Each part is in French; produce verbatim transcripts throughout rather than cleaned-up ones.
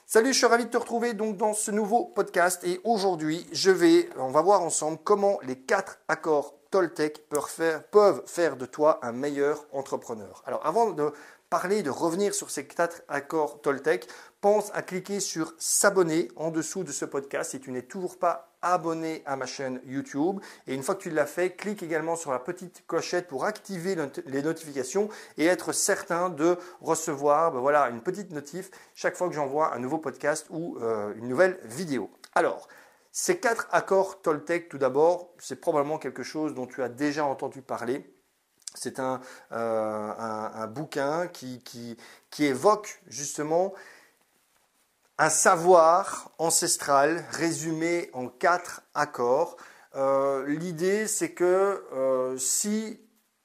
Salut, je suis ravi de te retrouver donc dans ce nouveau podcast et aujourd'hui, je vais, on va voir ensemble comment les quatre accords Toltec peuvent faire, peuvent faire de toi un meilleur entrepreneur. Alors avant de parler, de revenir sur ces quatre accords Toltec, pense à cliquer sur s'abonner en dessous de ce podcast si tu n'es toujours pas abonné à ma chaîne YouTube. Et une fois que tu l'as fait, clique également sur la petite clochette pour activer les notifications et être certain de recevoir ben voilà, une petite notif chaque fois que j'envoie un nouveau podcast ou euh, une nouvelle vidéo. Alors, ces quatre accords Toltec, tout d'abord, c'est probablement quelque chose dont tu as déjà entendu parler. C'est un, euh, un, un bouquin qui, qui, qui évoque justement un savoir ancestral résumé en quatre accords. Euh, l'idée, c'est que euh, si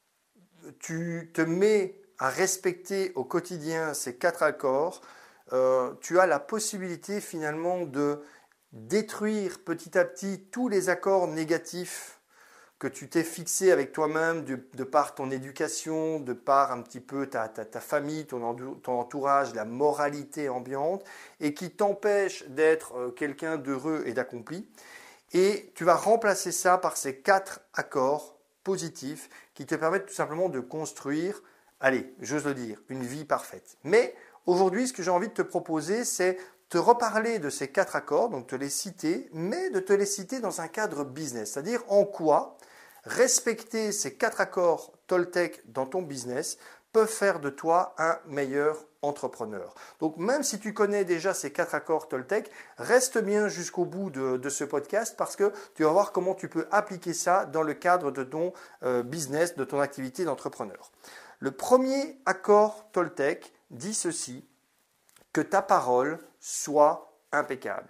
tu te mets à respecter au quotidien ces quatre accords, euh, tu as la possibilité finalement de détruire petit à petit tous les accords négatifs que tu t'es fixé avec toi-même de, de par ton éducation, de par un petit peu ta, ta, ta famille, ton, ton entourage, la moralité ambiante, et qui t'empêche d'être quelqu'un d'heureux et d'accompli. Et tu vas remplacer ça par ces quatre accords positifs qui te permettent tout simplement de construire, allez, j'ose le dire, une vie parfaite. Mais aujourd'hui, ce que j'ai envie de te proposer, c'est te reparler de ces quatre accords, donc te les citer, mais de te les citer dans un cadre business, c'est-à-dire en quoi respecter ces quatre accords Toltec dans ton business peuvent faire de toi un meilleur entrepreneur. Donc même si tu connais déjà ces quatre accords Toltec, reste bien jusqu'au bout de, de ce podcast parce que tu vas voir comment tu peux appliquer ça dans le cadre de ton euh, business, de ton activité d'entrepreneur. Le premier accord Toltec dit ceci, que ta parole soit impeccable.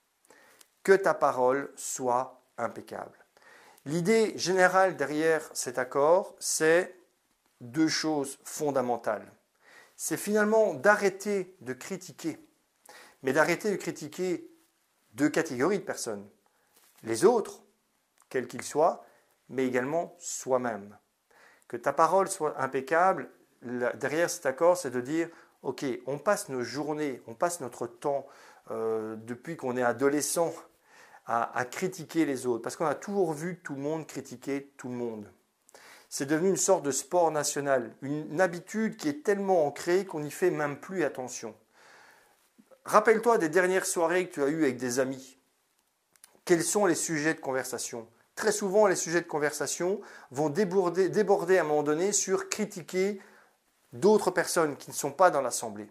Que ta parole soit impeccable. L'idée générale derrière cet accord, c'est deux choses fondamentales. C'est finalement d'arrêter de critiquer, mais d'arrêter de critiquer deux catégories de personnes. Les autres, quels qu'ils soient, mais également soi-même. Que ta parole soit impeccable, derrière cet accord, c'est de dire « Ok, on passe nos journées, on passe notre temps euh, depuis qu'on est adolescent à, à critiquer les autres, parce qu'on a toujours vu tout le monde critiquer tout le monde. C'est devenu une sorte de sport national, une, une habitude qui est tellement ancrée qu'on n'y fait même plus attention. Rappelle-toi des dernières soirées que tu as eues avec des amis. Quels sont les sujets de conversation ? Très souvent, les sujets de conversation vont déborder, déborder à un moment donné sur critiquer d'autres personnes qui ne sont pas dans l'assemblée.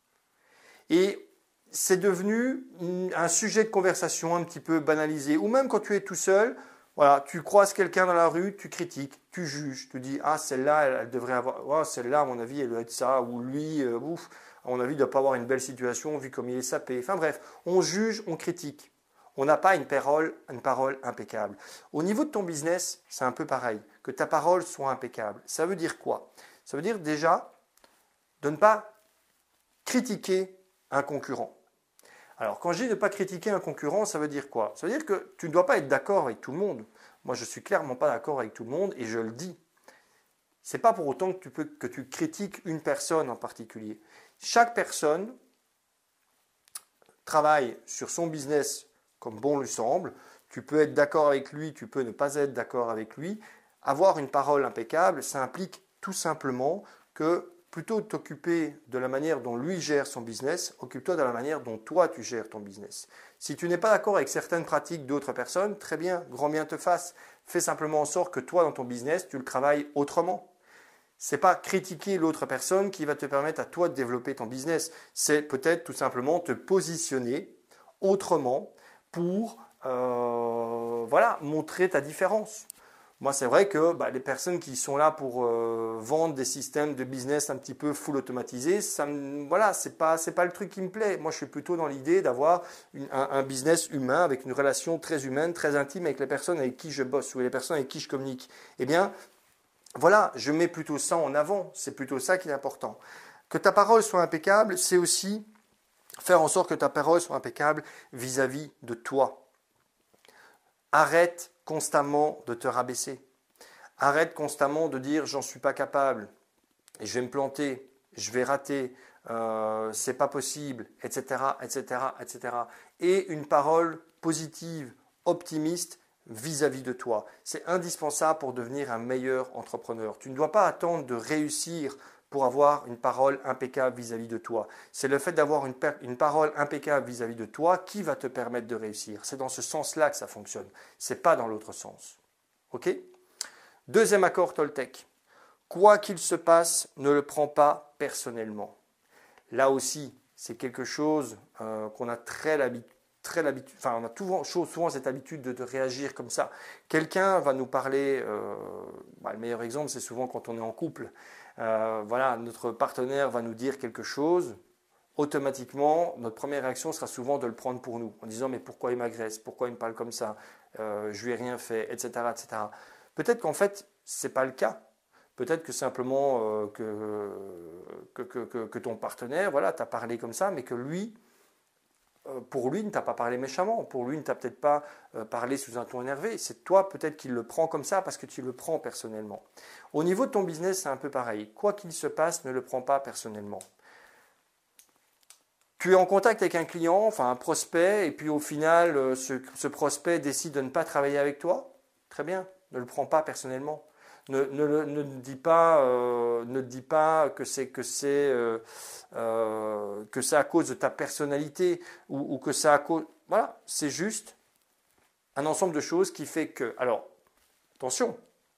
Et c'est devenu un sujet de conversation un petit peu banalisé. Ou même quand tu es tout seul, voilà, tu croises quelqu'un dans la rue, tu critiques, tu juges, tu dis « Ah, celle-là, elle, elle devrait avoir… Oh, celle-là, à mon avis, elle doit être ça. » Ou lui, euh, ouf, à mon avis, il ne doit pas avoir une belle situation vu comme il est sapé. Enfin bref, on juge, on critique. On n'a pas une parole, une parole impeccable. Au niveau de ton business, c'est un peu pareil. Que ta parole soit impeccable. Ça veut dire quoi ? Ça veut dire déjà de ne pas critiquer un concurrent. Alors, quand je dis de ne pas critiquer un concurrent, ça veut dire quoi ? Ça veut dire que tu ne dois pas être d'accord avec tout le monde. Moi, je ne suis clairement pas d'accord avec tout le monde et je le dis. Ce n'est pas pour autant que tu, peux, que tu critiques une personne en particulier. Chaque personne travaille sur son business comme bon lui semble. Tu peux être d'accord avec lui, tu peux ne pas être d'accord avec lui. Avoir une parole impeccable, ça implique tout simplement que plutôt de t'occuper de la manière dont lui gère son business, occupe-toi de la manière dont toi tu gères ton business. Si tu n'es pas d'accord avec certaines pratiques d'autres personnes, très bien, grand bien te fasse. Fais simplement en sorte que toi dans ton business, tu le travailles autrement. Ce n'est pas critiquer l'autre personne qui va te permettre à toi de développer ton business. C'est peut-être tout simplement te positionner autrement pour euh, voilà, montrer ta différence. Moi, c'est vrai que bah, les personnes qui sont là pour euh, vendre des systèmes de business un petit peu full automatisés, ça me, voilà, c'est pas, c'est pas le truc qui me plaît. Moi, je suis plutôt dans l'idée d'avoir une, un, un business humain avec une relation très humaine, très intime avec les personnes avec qui je bosse ou les personnes avec qui je communique. Eh bien, voilà, je mets plutôt ça en avant. C'est plutôt ça qui est important. Que ta parole soit impeccable, c'est aussi faire en sorte que ta parole soit impeccable vis-à-vis de toi. Arrête constamment de te rabaisser. Arrête constamment de dire « j'en suis pas capable, et je vais me planter, je vais rater, euh, c'est pas possible, et cetera, et cetera, et cetera. Et une parole positive, optimiste vis-à-vis de toi. C'est indispensable pour devenir un meilleur entrepreneur. Tu ne dois pas attendre de réussir pour avoir une parole impeccable vis-à-vis de toi. C'est le fait d'avoir une, une parole impeccable vis-à-vis de toi qui va te permettre de réussir. C'est dans ce sens-là que ça fonctionne. Ce n'est pas dans l'autre sens. OK ? Deuxième accord Toltec. Quoi qu'il se passe, ne le prends pas personnellement. Là aussi, c'est quelque chose euh, qu'on a très l'habitude. Très l'habitude, enfin, on a souvent, souvent cette habitude de, de réagir comme ça. Quelqu'un va nous parler, euh, bah, le meilleur exemple, c'est souvent quand on est en couple. Euh, voilà, notre partenaire va nous dire quelque chose, automatiquement, notre première réaction sera souvent de le prendre pour nous, en disant mais pourquoi il m'agresse, pourquoi il me parle comme ça, euh, je lui ai rien fait, et cetera, et cetera. Peut-être qu'en fait, ce n'est pas le cas. Peut-être que simplement euh, que, que, que, que, que ton partenaire, voilà, t'a parlé comme ça, mais que lui, pour lui, il ne t'a pas parlé méchamment. Pour lui, il ne t'a peut-être pas parlé sous un ton énervé. C'est toi peut-être qu'il le prend comme ça parce que tu le prends personnellement. Au niveau de ton business, c'est un peu pareil. Quoi qu'il se passe, ne le prends pas personnellement. Tu es en contact avec un client, enfin un prospect, et puis au final, ce, ce prospect décide de ne pas travailler avec toi. Très bien, ne le prends pas personnellement. Ne, ne, ne, dis pas, euh, ne dis pas que c'est que c'est euh, euh, que c'est à cause de ta personnalité ou, ou que c'est à cause. Voilà, c'est juste un ensemble de choses qui fait que. Alors, attention,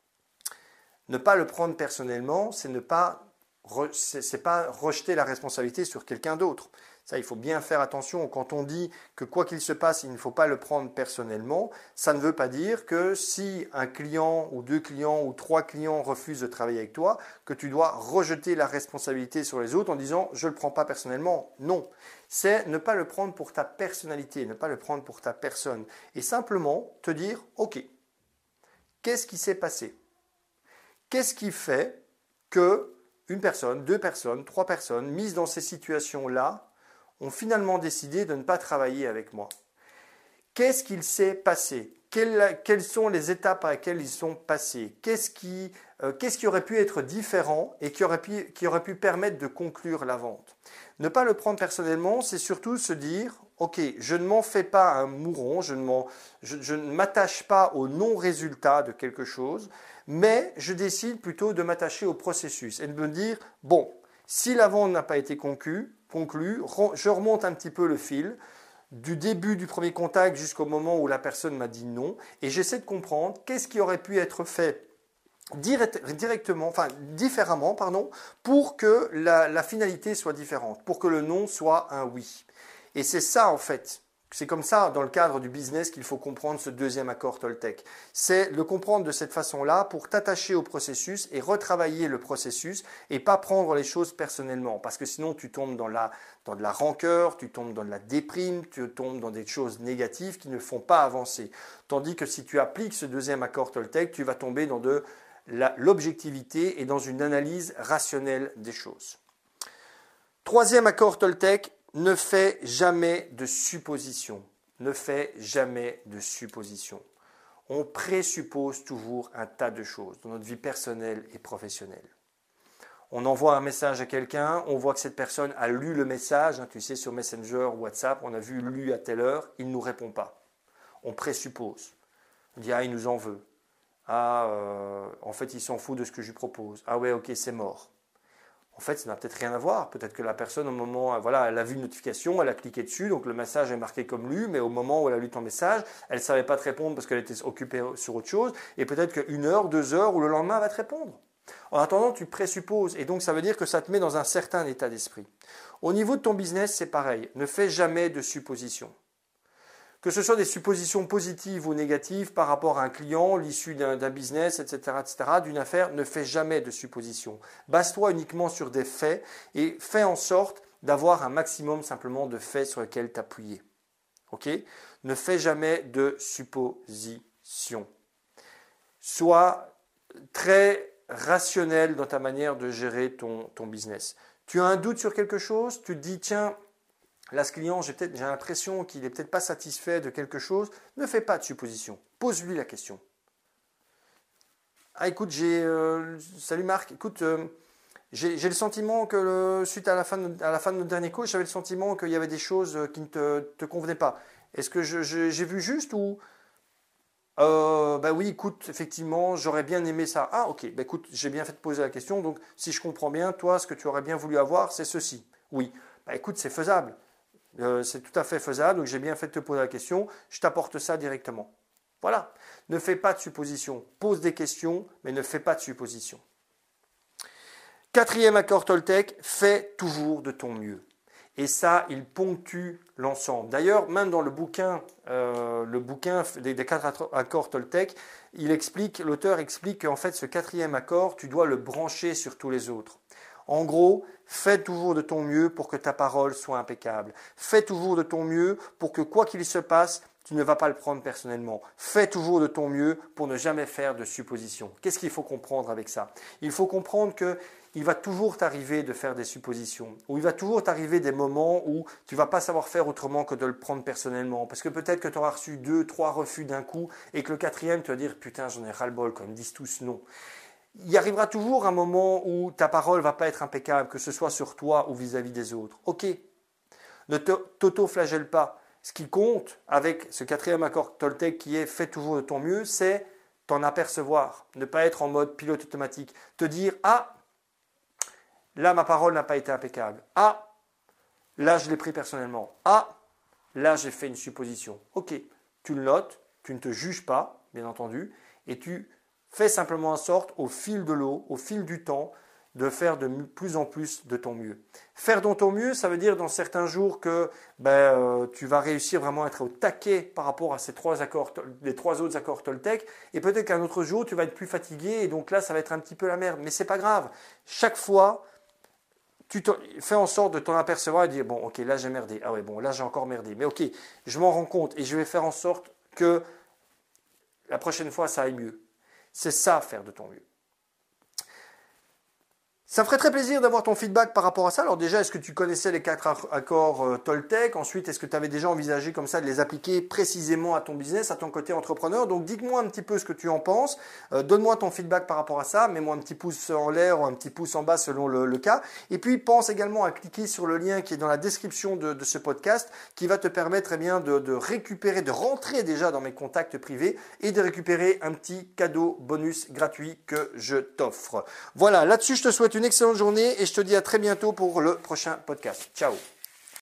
ne pas le prendre personnellement, c'est ne pas, c'est, c'est pas rejeter la responsabilité sur quelqu'un d'autre. Ça, il faut bien faire attention. Quand on dit que quoi qu'il se passe, il ne faut pas le prendre personnellement, ça ne veut pas dire que si un client ou deux clients ou trois clients refusent de travailler avec toi, que tu dois rejeter la responsabilité sur les autres en disant « je ne le prends pas personnellement ». Non, c'est ne pas le prendre pour ta personnalité, ne pas le prendre pour ta personne. Et simplement te dire « ok, qu'est-ce qui s'est passé ? Qu'est-ce qui fait que une personne, deux personnes, trois personnes mises dans ces situations-là ont finalement décidé de ne pas travailler avec moi. Qu'est-ce qu'il s'est passé ? quelles, quelles sont les étapes par lesquelles ils sont passés ? Qu'est-ce qui, euh, qu'est-ce qui aurait pu être différent et qui aurait pu, qui aurait pu permettre de conclure la vente ? Ne pas le prendre personnellement, c'est surtout se dire « Ok, je ne m'en fais pas un mouron, je ne, m'en, je, je ne m'attache pas au non-résultat de quelque chose, mais je décide plutôt de m'attacher au processus et de me dire « Bon, si la vente n'a pas été conclue, conclue, je remonte un petit peu le fil du début du premier contact jusqu'au moment où la personne m'a dit non et j'essaie de comprendre qu'est-ce qui aurait pu être fait direct, directement, enfin différemment, pardon, pour que la, la finalité soit différente, pour que le non soit un oui. Et c'est ça en fait. C'est comme ça, dans le cadre du business, qu'il faut comprendre ce deuxième accord Toltec. C'est le comprendre de cette façon-là pour t'attacher au processus et retravailler le processus et pas prendre les choses personnellement. Parce que sinon, tu tombes dans, la, dans de la rancœur, tu tombes dans de la déprime, tu tombes dans des choses négatives qui ne font pas avancer. Tandis que si tu appliques ce deuxième accord Toltec, tu vas tomber dans de la, l'objectivité et dans une analyse rationnelle des choses. Troisième accord Toltec. Ne fais jamais de suppositions. Ne fais jamais de suppositions. On présuppose toujours un tas de choses dans notre vie personnelle et professionnelle. On envoie un message à quelqu'un, on voit que cette personne a lu le message, hein, tu sais, sur Messenger, WhatsApp, on a vu lu à telle heure, il ne nous répond pas. On présuppose. On dit, ah, il nous en veut. Ah, euh, en fait, il s'en fout de ce que je lui propose. Ah ouais, ok, c'est mort. En fait, ça n'a peut-être rien à voir. Peut-être que la personne, au moment, voilà, elle a vu une notification, elle a cliqué dessus, donc le message est marqué comme lu, mais au moment où elle a lu ton message, elle ne savait pas te répondre parce qu'elle était occupée sur autre chose, et peut-être qu'une heure, deux heures, ou le lendemain, elle va te répondre. En attendant, tu présupposes, et donc ça veut dire que ça te met dans un certain état d'esprit. Au niveau de ton business, c'est pareil. Ne fais jamais de suppositions. Que ce soit des suppositions positives ou négatives par rapport à un client, l'issue d'un, d'un business, et cetera, et cetera, d'une affaire, ne fais jamais de suppositions. Base-toi uniquement sur des faits et fais en sorte d'avoir un maximum simplement de faits sur lesquels t'appuyer. Ok ? Ne fais jamais de suppositions. Sois très rationnel dans ta manière de gérer ton, ton business. Tu as un doute sur quelque chose, tu te dis, tiens, là, ce client, j'ai, peut-être, j'ai l'impression qu'il n'est peut-être pas satisfait de quelque chose. Ne fais pas de supposition. Pose-lui la question. Ah, écoute, j'ai... Euh, salut Marc, écoute, euh, J'ai le sentiment que le, suite à la fin de, à la fin de notre dernier cours, j'avais le sentiment qu'il y avait des choses qui ne te, te convenaient pas. Est-ce que j'ai vu juste ou euh, bah oui, écoute, effectivement, j'aurais bien aimé ça. Ah, ok, bah écoute, j'ai bien fait de poser la question. Donc, si je comprends bien, toi, ce que tu aurais bien voulu avoir, c'est ceci. Oui, bah écoute, c'est faisable. Euh, c'est tout à fait faisable. Donc, j'ai bien fait de te poser la question. Je t'apporte ça directement. Voilà. Ne fais pas de suppositions. Pose des questions, mais ne fais pas de suppositions. Quatrième accord Toltec, fais toujours de ton mieux. Et ça, il ponctue l'ensemble. D'ailleurs, même dans le bouquin, euh, le bouquin des, des quatre accords Toltec, il explique, l'auteur explique qu'en fait, ce quatrième accord, tu dois le brancher sur tous les autres. En gros, fais toujours de ton mieux pour que ta parole soit impeccable. Fais toujours de ton mieux pour que quoi qu'il se passe, tu ne vas pas le prendre personnellement. Fais toujours de ton mieux pour ne jamais faire de suppositions. Qu'est-ce qu'il faut comprendre avec ça? Il faut comprendre que il va toujours t'arriver de faire des suppositions, ou il va toujours t'arriver des moments où tu ne vas pas savoir faire autrement que de le prendre personnellement, parce que peut-être que tu auras reçu deux, trois refus d'un coup, et que le quatrième, tu vas dire « putain, j'en ai ras-le-bol, quand ils me disent tous non ». Il arrivera toujours un moment où ta parole ne va pas être impeccable, que ce soit sur toi ou vis-à-vis des autres. Ok, ne t'auto-flagelle pas. Ce qui compte avec ce quatrième accord Toltec qui est « fais toujours de ton mieux », c'est t'en apercevoir, ne pas être en mode pilote automatique, te dire « ah ». Là, ma parole n'a pas été impeccable. Ah, là, je l'ai pris personnellement. Ah, là, j'ai fait une supposition. Ok, tu le notes, tu ne te juges pas, bien entendu, et tu fais simplement en sorte, au fil de l'eau, au fil du temps, de faire de plus en plus de ton mieux. Faire de ton mieux, ça veut dire dans certains jours que ben, euh, tu vas réussir vraiment à être au taquet par rapport à ces trois accords, les trois autres accords Toltec, et peut-être qu'un autre jour, tu vas être plus fatigué, et donc là, ça va être un petit peu la merde. Mais ce n'est pas grave. Chaque fois, tu fais en sorte de t'en apercevoir et de dire bon ok là j'ai merdé, ah ouais bon là j'ai encore merdé, mais ok je m'en rends compte et je vais faire en sorte que la prochaine fois ça aille mieux. C'est ça faire de ton mieux. Ça me ferait très plaisir d'avoir ton feedback par rapport à ça. Alors déjà, est-ce que tu connaissais les quatre accords euh, Toltec? Ensuite, est-ce que tu avais déjà envisagé comme ça de les appliquer précisément à ton business, à ton côté entrepreneur? Donc dis-moi un petit peu ce que tu en penses. Euh, donne-moi ton feedback par rapport à ça. Mets-moi un petit pouce en l'air ou un petit pouce en bas selon le, le cas. Et puis pense également à cliquer sur le lien qui est dans la description de, de ce podcast qui va te permettre eh bien, de, de récupérer, de rentrer déjà dans mes contacts privés et de récupérer un petit cadeau bonus gratuit que je t'offre. Voilà, là-dessus je te souhaite une excellente journée et je te dis à très bientôt pour le prochain podcast. Ciao!